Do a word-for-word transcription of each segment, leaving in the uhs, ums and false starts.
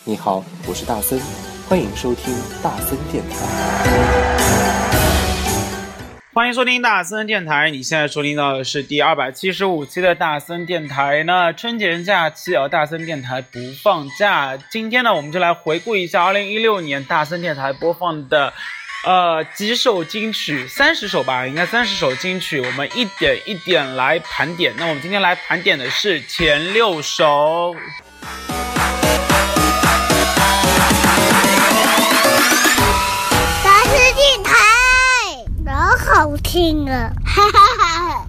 你好，我是大森，欢迎收听大森电台。 欢迎收听大森电台，你现在收听到的是第二百七十五期的大森电台。那春节假期啊，大森电台不放假。今天呢，我们就来回顾一下二零一六年大森电台播放的呃几首金曲，三十首吧，应该三十首金曲，我们一点一点来盘点。那我们今天来盘点的是前六首。 大森电台好好听啊，哈哈哈。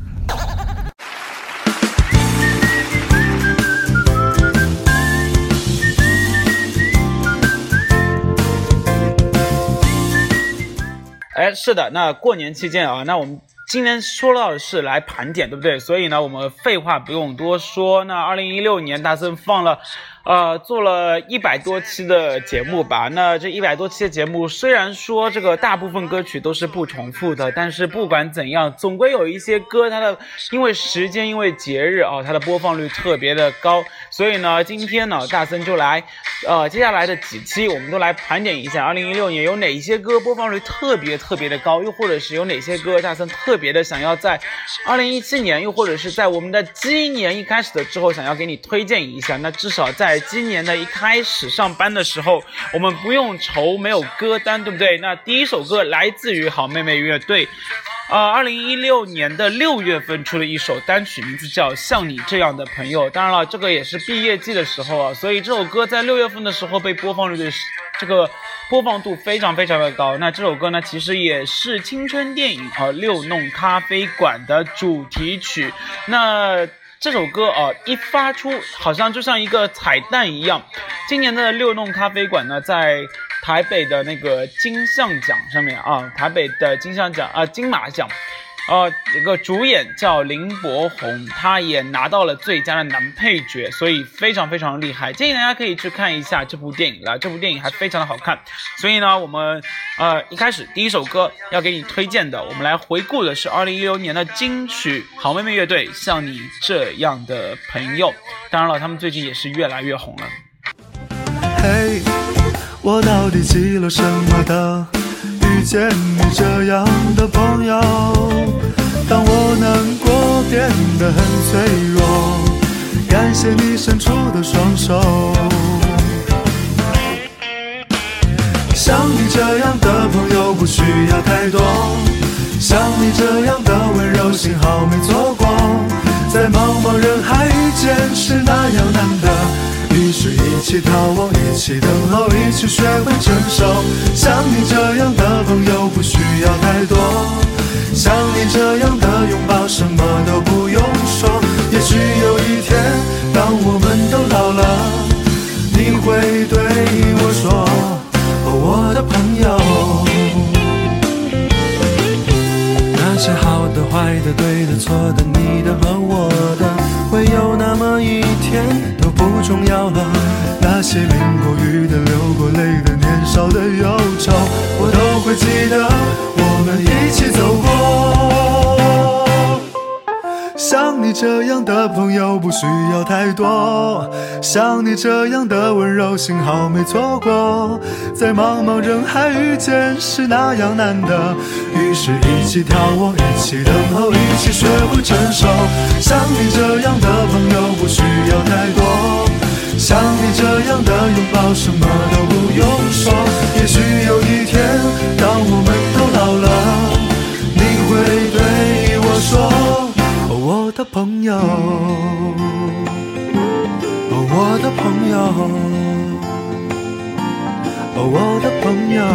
哎，是的，那过年期间啊，那我们今天说到的是来盘点，对不对？所以呢，我们废话不用多说。那二零一六年大森放了呃，做了一百多期的节目吧。那这一百多期的节目，虽然说这个大部分歌曲都是不重复的，但是不管怎样，总归有一些歌，它的因为时间，因为节日啊，它的播放率特别的高。所以呢，今天呢，大森就来，呃，接下来的几期，我们都来盘点一下，二零一六年有哪些歌播放率特别特别的高，又或者是有哪些歌大森特别的想要在二零一七年，又或者是在我们的鸡年一开始的之后，想要给你推荐一下。那至少在今年的一开始上班的时候，我们不用愁没有歌单，对不对？那第一首歌来自于好妹妹乐队，呃，二零一六年的六月份出了一首单曲，名字叫《像你这样的朋友》。当然了，这个也是毕业季的时候啊，所以这首歌在六月份的时候被播放率的这个播放度非常非常的高。那这首歌呢，其实也是青春电影啊《六弄咖啡馆》的主题曲。那这首歌啊，一发出好像就像一个彩蛋一样。今年的六弄咖啡馆呢，在台北的那个金像奖上面啊，台北的金像奖啊金马奖，呃，这个主演叫林柏宏，他也拿到了最佳的男配角，所以非常非常厉害。建议大家可以去看一下这部电影了，这部电影还非常的好看。所以呢，我们呃一开始第一首歌要给你推荐的，我们来回顾的是二零一六年的金曲好妹妹乐队《像你这样的朋友》。当然了，他们最近也是越来越红了。 嘿、hey, 我到底积了什么的遇见你这样的朋友，当我难过变得很脆弱，感谢你伸出的双手。像你这样的朋友不需要太多，像你这样的温柔幸好没错过，在茫茫人海遇见是那样难得，于是一起逃亡，一起等候，一起学会承受。像你这样的朋友不需要太多，像你这样的拥抱什么都不用说。也许有一天当我们都老了，你会对我说，哦，我的朋友。那些好的坏的对的错的你的和我的，会有那么一天都不重要了。那些淋过雨的流过泪的年少的忧愁，我都会记得我们一起走过。像你这样的朋友不需要太多，像你这样的温柔幸好没错过，在茫茫人海遇见是那样难得，于是一起眺望，一起等候，一起学会承受。像你这样的朋友不需要太多，像你这样的拥抱什么都不用说。也许有一天当我们都老了，你会对我说，哦，我的朋友，哦，我的朋友，哦，我的朋友，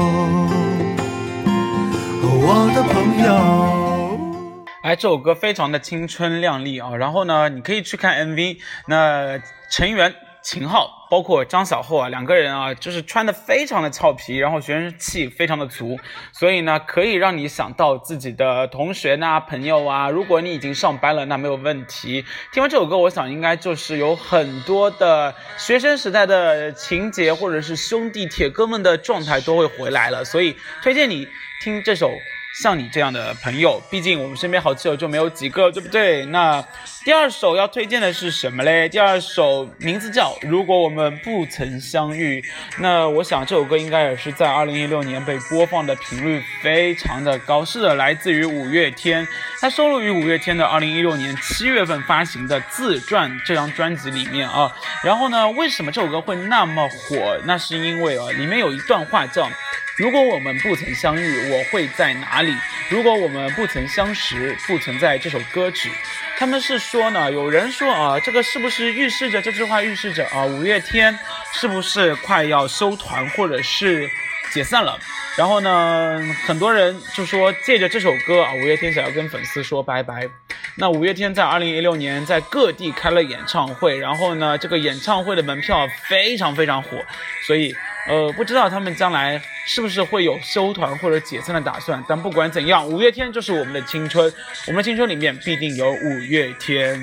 哦，我的朋友。 哎，这首歌非常的青春靓丽啊，然后呢，你可以去看 M V， 那成员秦昊包括张小厚啊，两个人啊，就是穿的非常的俏皮，然后学生气非常的足，所以呢，可以让你想到自己的同学呐、朋友啊。如果你已经上班了，那没有问题。听完这首歌，我想应该就是有很多的学生时代的情节，或者是兄弟铁哥们的状态都会回来了，所以推荐你听这首像你这样的朋友，毕竟我们身边好基友就没有几个，对不对？那第二首要推荐的是什么嘞？第二首名字叫《如果我们不曾相遇》。那我想这首歌应该也是在二零一六年被播放的频率非常的高，是的，来自于五月天，它收录于五月天的二零一六年七月份发行的自传这张专辑里面啊。然后呢，为什么这首歌会那么火？那是因为啊，里面有一段话叫，如果我们不曾相遇，我会在哪里？如果我们不曾相识，不存在这首歌曲。他们是说呢，有人说啊，这个是不是预示着这句话预示着啊，五月天是不是快要收团或者是解散了？然后呢，很多人就说借着这首歌啊，五月天想要跟粉丝说拜拜。那五月天在二零一六年在各地开了演唱会，然后呢，这个演唱会的门票非常非常火，所以呃，不知道他们将来是不是会有休团或者解散的打算。但不管怎样，五月天就是我们的青春，我们的青春里面必定有五月天。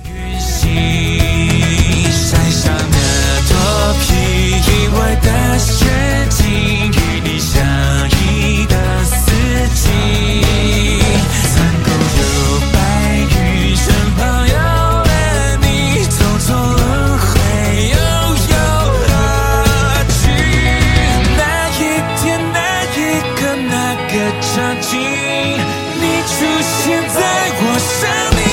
晒上的脱皮，意外的雪景，与你相依的四季，残酷有白云，身旁有了你，匆匆轮回又有何惧？那一天，那一刻，那个场景，你出现在我生命。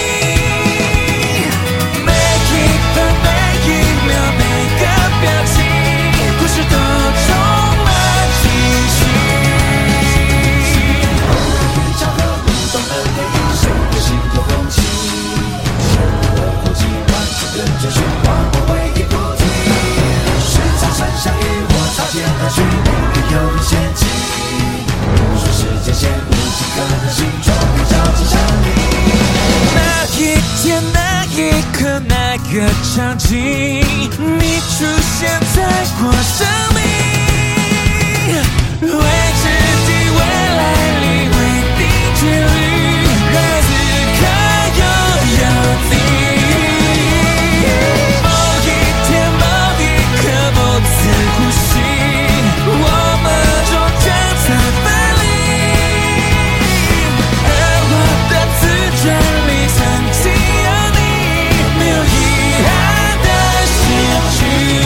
个场景，你出现在我生命，未知的未来里未定距离，然而此刻又有你。某一天，某一刻，某次呼吸，我们终将再分离。而我的自传里曾经有你，没有遗憾的失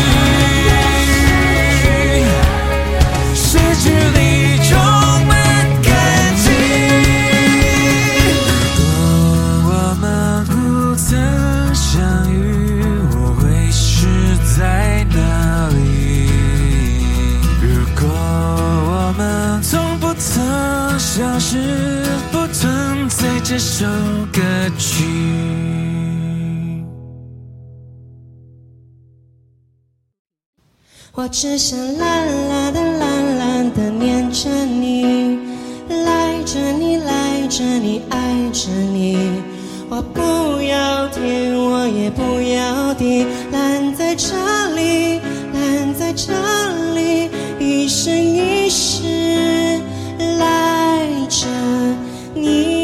去，失去里充满感激。如果我们不曾相遇，我会是在哪里？如果我们从不曾消失，不存在这首歌曲。 我只想懒懒的懒懒的念着你，赖着你赖着你爱着你，我不要天我也不要地，懒在这里懒在这里，一生一世赖着你。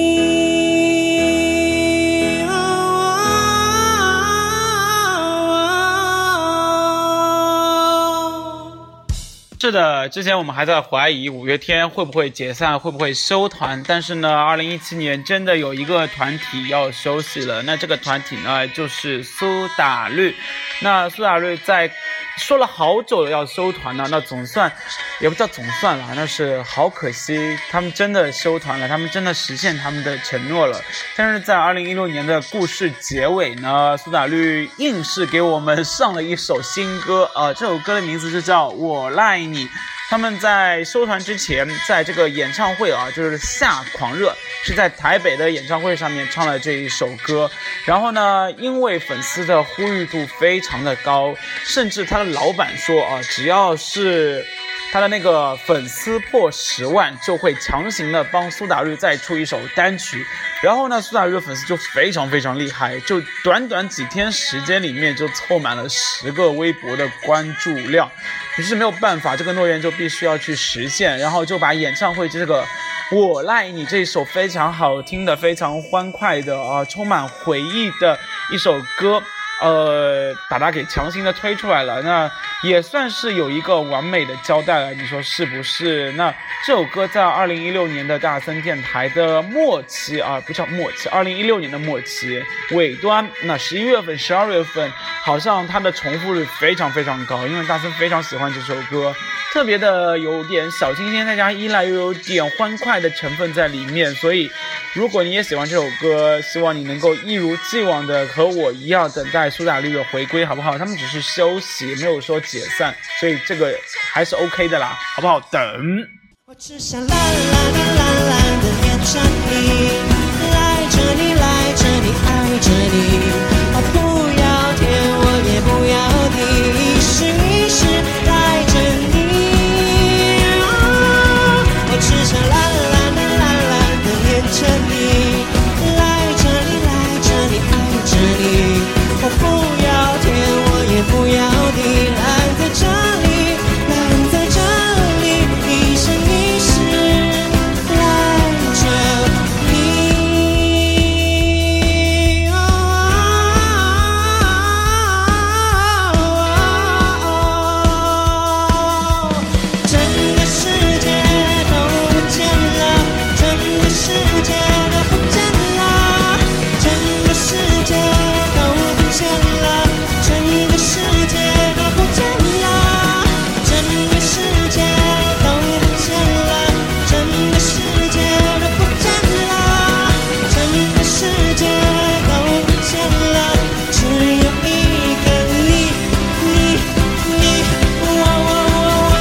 是的，之前我们还在怀疑五月天会不会解散，会不会收团，但是呢二零一七年真的有一个团体要休息了，那这个团体呢就是苏打绿。那苏打绿在说了好久要收团呢，那总算也不叫总算了，那是好可惜，他们真的收团了，他们真的实现他们的承诺了。但是在二零一六年的故事结尾呢，苏打绿硬是给我们上了一首新歌，呃，这首歌的名字就叫《我赖你》。他们在收团之前，在这个演唱会啊，就是夏狂热，是在台北的演唱会上面唱了这一首歌。然后呢，因为粉丝的呼吁度非常的高，甚至他的老板说啊，只要是他的那个粉丝破十万，就会强行的帮苏打绿再出一首单曲。然后呢，苏打绿的粉丝就非常非常厉害，就短短几天时间里面就凑满了十个微博的关注量。于是没有办法，这个诺言就必须要去实现，然后就把演唱会这个我赖你这一首非常好听的非常欢快的啊、呃，充满回忆的一首歌呃，把它给强行的推出来了。那也算是有一个完美的交代了，你说是不是？那这首歌在二零一六年的大森电台的末期啊，不叫末期，二零一六年的末期尾端，那十一月份、十二月份，好像它的重复率非常非常高，因为大森非常喜欢这首歌，特别的有点小清新，再加依赖又有点欢快的成分在里面，所以如果你也喜欢这首歌，希望你能够一如既往的和我一样等待苏打绿的回归，好不好？他们只是休息，没有说解散，所以这个还是 OK 的啦，好不好？等。 我只想懒懒的懒懒的黏着你，赖着你赖着你爱着你，我不要天我也不要地，一时一时赖着你、哦、我只想懒懒的懒懒的黏着你，赖着你赖着你爱着你，我不要天我也不要地，懒在这里懒在这里，一生一世赖着你、哦、整个世界都不见了，整个世界都不见了，整个世界都不见了，整个世界都不见了，整个世界都不见了，整个世界都不见了，整个世界都不见了，只有一个你，你，你，我，我，我，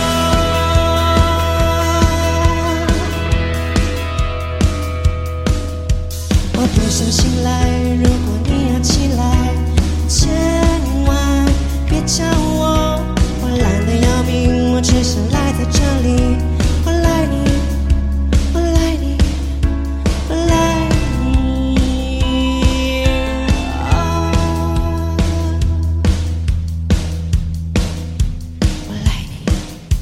我。我不想醒来，如果你要起来，千万别叫我，我懒得要命，我只想赖在这里，我赖你，我赖你，我赖你、哦、我赖你。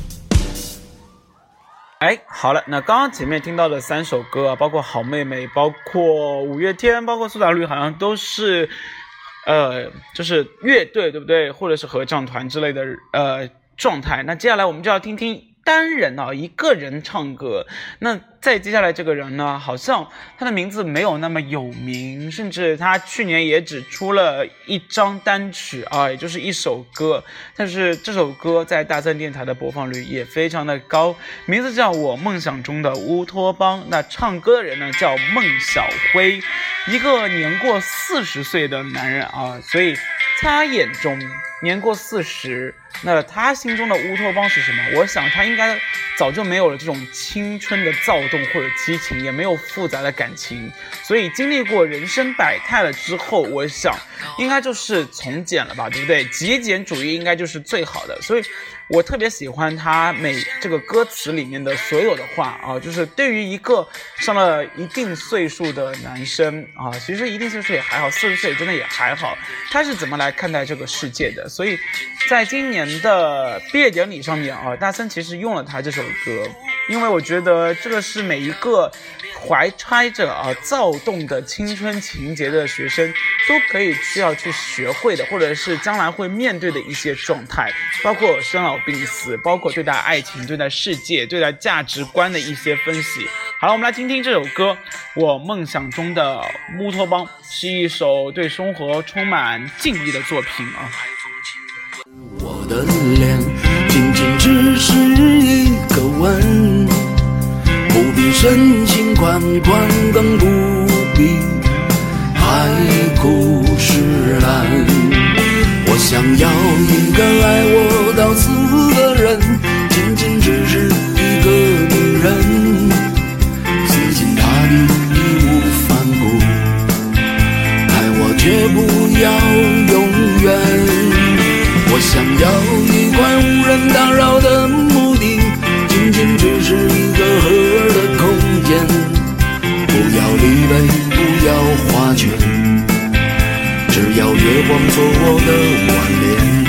哎，好了，那刚刚前面听到的三首歌，包括好妹妹，包括五月天，包括苏打绿，好像都是呃就是乐队，对不对？或者是合唱团之类的呃状态。那接下来我们就要听听单人啊，一个人唱歌。那再接下来这个人呢，好像他的名字没有那么有名，甚至他去年也只出了一张单曲啊，也就是一首歌，但是这首歌在大森电台的播放率也非常的高，名字叫我梦想中的乌托邦。那唱歌的人呢叫孟小辉，一个年过四十岁的男人啊，所以他眼中年过四十，那他心中的乌托邦是什么？我想他应该早就没有了这种青春的躁动或者激情，也没有复杂的感情，所以经历过人生百态了之后，我想应该就是从简了吧，对不对？极简主义应该就是最好的，所以我特别喜欢他每这个歌词里面的所有的话啊，就是对于一个上了一定岁数的男生啊，其实一定岁数也还好，四十岁真的也还好，他是怎么来看待这个世界的？所以在今年的毕业典礼上面啊，大森其实用了他这首歌，因为我觉得这个是每一个怀揣着啊躁动的青春情节的学生都可以需要去学会的，或者是将来会面对的一些状态，包括生老病死，包括对待爱情、对待世界、对待价值观的一些分析。好了，我们来听听这首歌《我梦想中的乌托邦》，是一首对生活充满敬意的作品啊。 我的脸仅仅只是一个吻，不必深情款款，更不必海枯石烂。我想要一个爱我到死的人，仅仅只是一个女人，死心塌地义无反顾，爱我却不要永远。我想要一块无人打扰的墓地，仅仅只是一个合的空间，不要礼杯，不要花圈，只要月光做我的挽联。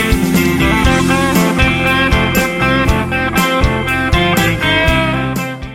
怎么样？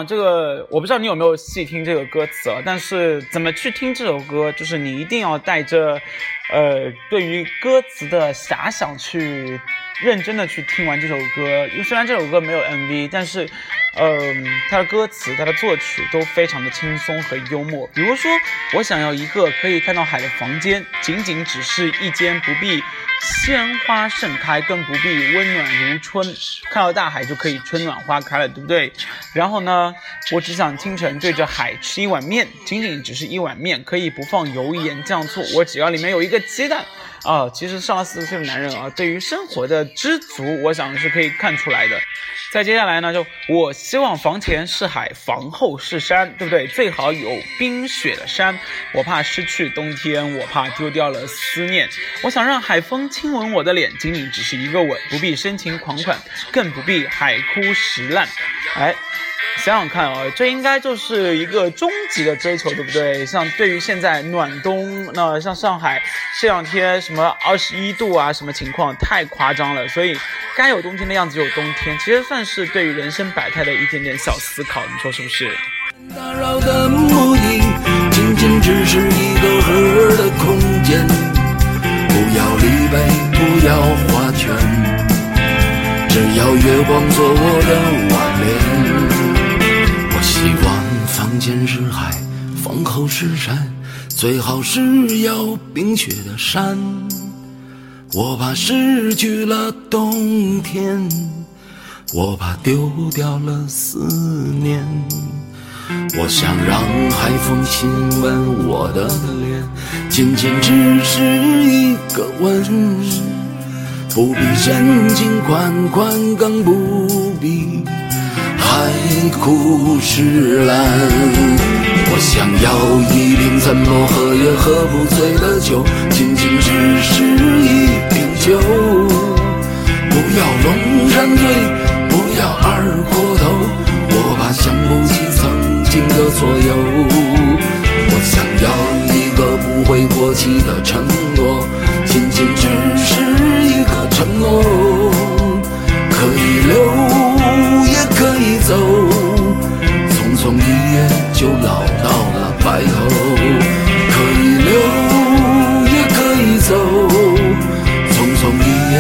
讲这个，我不知道你有没有细听这个歌词啊，但是怎么去听这首歌，就是你一定要带着呃对于歌词的遐想去认真的去听完这首歌。因为虽然这首歌没有 M V， 但是嗯、呃，它的歌词它的作曲都非常的轻松和幽默。比如说我想要一个可以看到海的房间，仅仅只是一间，不必鲜花盛开，更不必温暖如春，看到大海就可以春暖花开了，对不对？然后呢，我只想清晨对着海吃一碗面，仅仅只是一碗面，可以不放油盐酱醋，我只要里面有一个鸡蛋啊。其实上了四十岁的男人啊，对于生活的知足，我想是可以看出来的。再接下来呢，就我希望房前是海，房后是山，对不对？最好有冰雪的山，我怕失去冬天，我怕丢掉了思念。我想让海风亲吻我的脸，仅仅只是一个吻，不必深情款款，更不必海枯石烂。哎，想想看啊，这应该就是一个终极的追求，对不对？像对于现在暖冬，那像上海这两天什么二十一度啊，什么情况太夸张了，所以该有冬天的样子就有冬天，其实算是对于人生百态的一点点小思考，你说是不是？ 打扰的目的仅仅只是一个盒的空间，不要礼拜，不要花圈，只要月光做我的挽联。我希望房间是海，房后是山，最好是有冰雪的山。我怕失去了冬天，我怕丢掉了思念。我想让海风亲吻我的脸，仅仅只是一个吻，不必深情款款，更不必海枯石烂。我想要一瓶怎么喝也喝不醉的酒，仅仅只是一瓶酒。不要龙山醉，不要二锅头，我怕想不起曾经的所有。我想要一个不会过期的承诺，仅仅只是一个承诺，可以留也可以走，匆匆一夜就老到了白头，可以留也可以走，匆匆一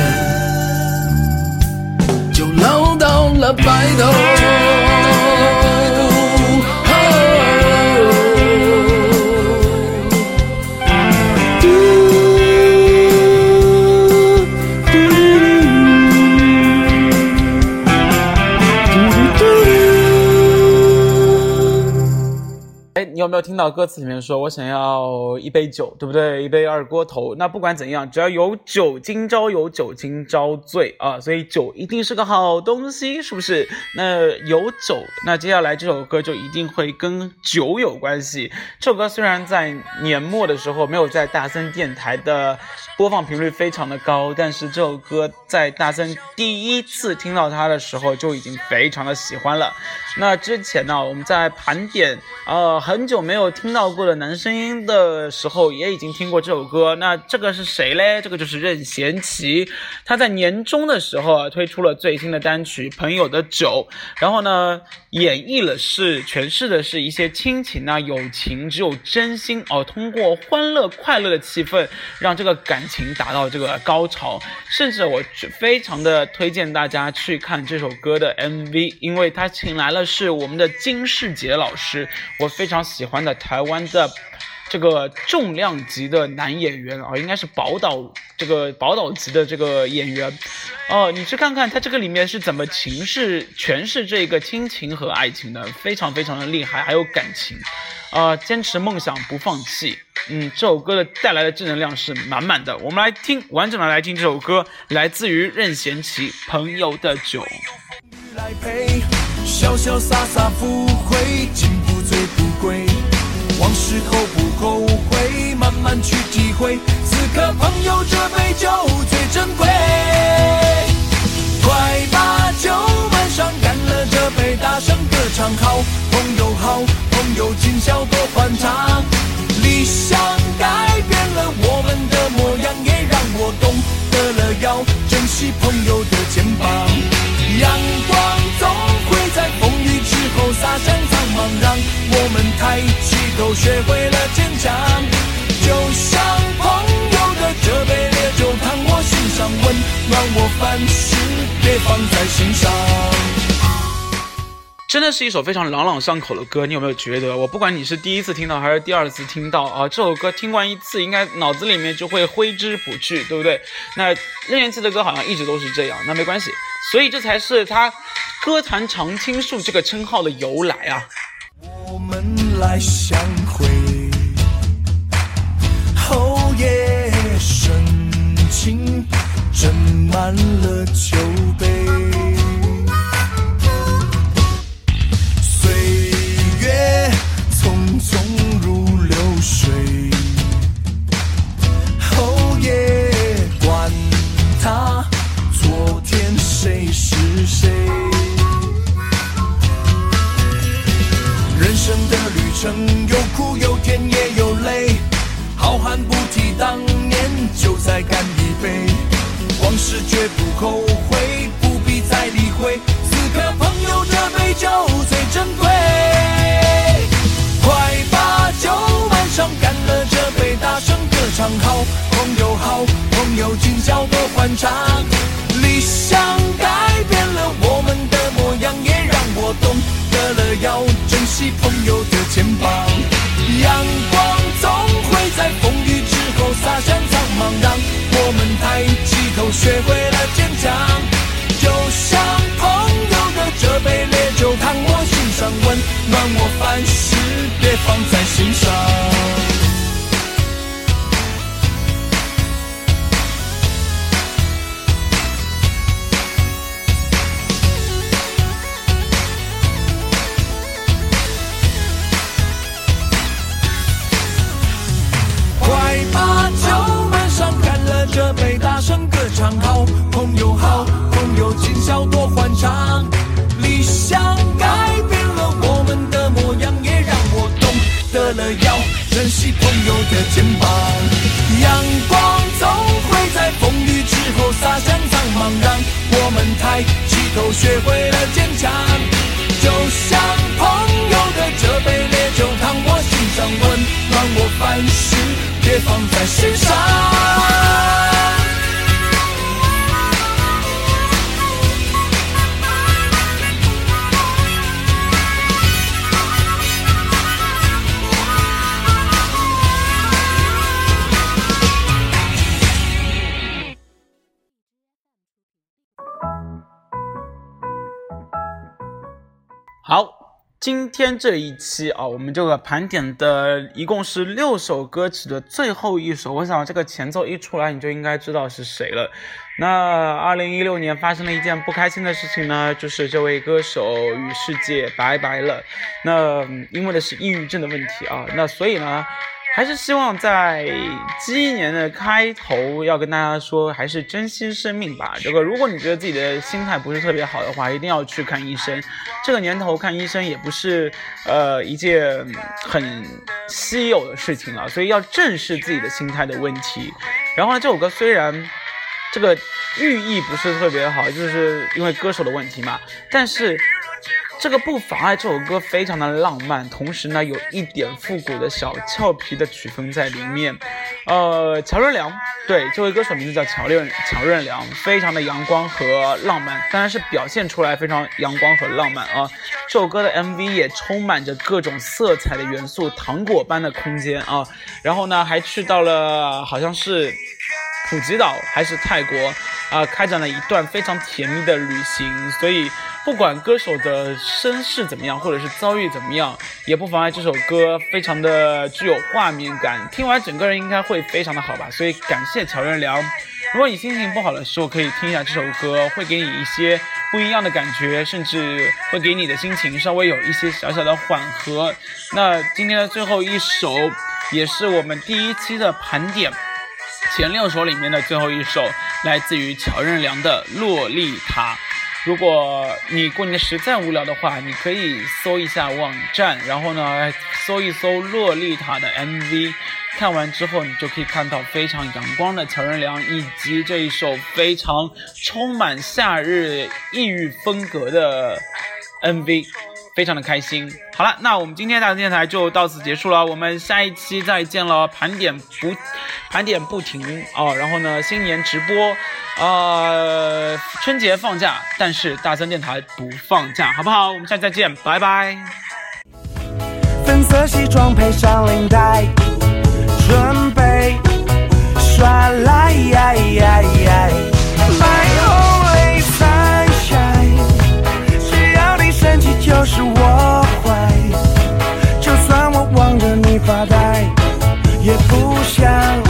夜就老到了白头。 你有没有听到歌词里面说我想要一杯酒，对不对？一杯二锅头。那不管怎样，只要有酒今朝有酒今朝醉啊，所以酒一定是个好东西，是不是？那有酒，那接下来这首歌就一定会跟酒有关系。这首歌虽然在年末的时候没有在大森电台的播放频率非常的高，但是这首歌在大森第一次听到它的时候就已经非常的喜欢了。那之前呢，我们在盘点呃很久没有听到过的男声音的时候，也已经听过这首歌。那这个是谁嘞？这个就是任贤齐，他在年中的时候啊推出了最新的单曲《朋友的酒》，然后呢演绎了是诠释的是一些亲情啊友情，只有真心哦，通过欢乐快乐的气氛让这个感情达到这个高潮。甚至我非常的推荐大家去看这首歌的 M V， 因为他请来了是我们的金世杰老师，我非常喜欢的台湾的这个重量级的男演员啊，应该是宝岛这个宝岛级的这个演员哦、呃，你去看看他这个里面是怎么诠释诠释这个亲情和爱情的，非常非常的厉害，还有感情啊、呃，坚持梦想不放弃。嗯，这首歌的带来的正能量是满满的。我们来听完整的来听这首歌，来自于任贤齐《朋友的酒》。 来陪，潇潇洒洒不悔，进不醉不归，往事后不后悔，慢慢去体会，此刻朋友这杯酒最珍贵。快把酒满上，干了这杯，大声歌唱，好朋友好朋友，今宵多欢畅。理想改变了我们的模样，也让我懂得了要珍惜朋友的肩膀。阳光总会在风雨之后洒向抬起头学会了坚强，就像朋友的这杯烈酒烫我心上，温暖我凡事别放在心上。 真的是一首非常朗朗上口的歌，你有没有觉得？我不管你是第一次听到还是第二次听到啊，这首歌听完一次，应该脑子里面就会挥之不去，对不对？那任贤齐的歌好像一直都是这样，那没关系，所以这才是他歌坛常青树这个称号的由来啊。 我们来相会，后夜深情斟满了酒杯，岁月匆匆如流水，后夜管他昨天谁是谁，人生的旅程有苦有甜也有泪，好汉不提当年就再干一杯，往事绝不后悔，不必再理会，此刻朋友这杯酒最珍贵，快把酒满上，干了这杯，大声歌唱，好朋友好朋友今宵多欢畅，理想改变了我们的模样，也让我懂得了要珍惜朋友的肩膀，阳光总会在风雨之后洒向苍茫，让我们抬起头学会了坚强，就像朋友的这杯烈酒烫我心上，温暖我凡事别放在心上。这杯大声歌唱，好朋友好朋友今宵多欢畅，理想改变了我们的模样，也让我懂得了要珍惜朋友的肩膀，阳光总会在风雨之后洒向苍茫，让我们抬起头学会了坚强，就像朋友的这杯烈酒烫我心上，温暖我凡事别放在心上。 好，今天这一期啊，我们这个盘点的一共是六首歌曲的最后一首，我想这个前奏一出来，你就应该知道是谁了。那二零一六年发生了一件不开心的事情呢，就是这位歌手与世界拜拜了。那因为的是抑郁症的问题啊，那所以呢，还是希望在鸡年的开头要跟大家说，还是珍惜生命吧。这个如果你觉得自己的心态不是特别好的话，一定要去看医生。这个年头看医生也不是呃一件很稀有的事情了，所以要正视自己的心态的问题。然后呢，这首歌虽然这个寓意不是特别好，就是因为歌手的问题嘛，但是这个不妨碍这首歌非常的浪漫，同时呢有一点复古的小俏皮的曲风在里面。呃，乔任梁，对，这位歌手名字叫乔任乔任梁，非常的阳光和浪漫，当然是表现出来非常阳光和浪漫啊。这首歌的 M V 也充满着各种色彩的元素，糖果般的空间啊。然后呢，还去到了好像是普吉岛还是泰国啊、呃，开展了一段非常甜蜜的旅行。所以不管歌手的身世怎么样，或者是遭遇怎么样，也不妨碍这首歌非常的具有画面感，听完整个人应该会非常的好吧。所以感谢乔任梁。如果你心情不好的时候，可以听一下这首歌，会给你一些不一样的感觉，甚至会给你的心情稍微有一些小小的缓和。那今天的最后一首，也是我们第一期的盘点前六首里面的最后一首，来自于乔任梁的《洛丽塔》。如果你过年实在无聊的话，你可以搜一下网站，然后呢搜一搜洛丽塔的 M V， 看完之后你就可以看到非常阳光的乔任梁，以及这一首非常充满夏日异域风格的 M V。 非常的开心。好了，那我们今天大森电台就到此结束了，我们下一期再见了。盘点不盘点不停哦，然后呢，新年直播，呃，春节放假，但是大森电台不放假，好不好？我们下期再见，拜拜。 粉色西装配上领带，准备耍赖。My only sunshine， 只要你生气就是我坏，就算我望着你发呆，也不想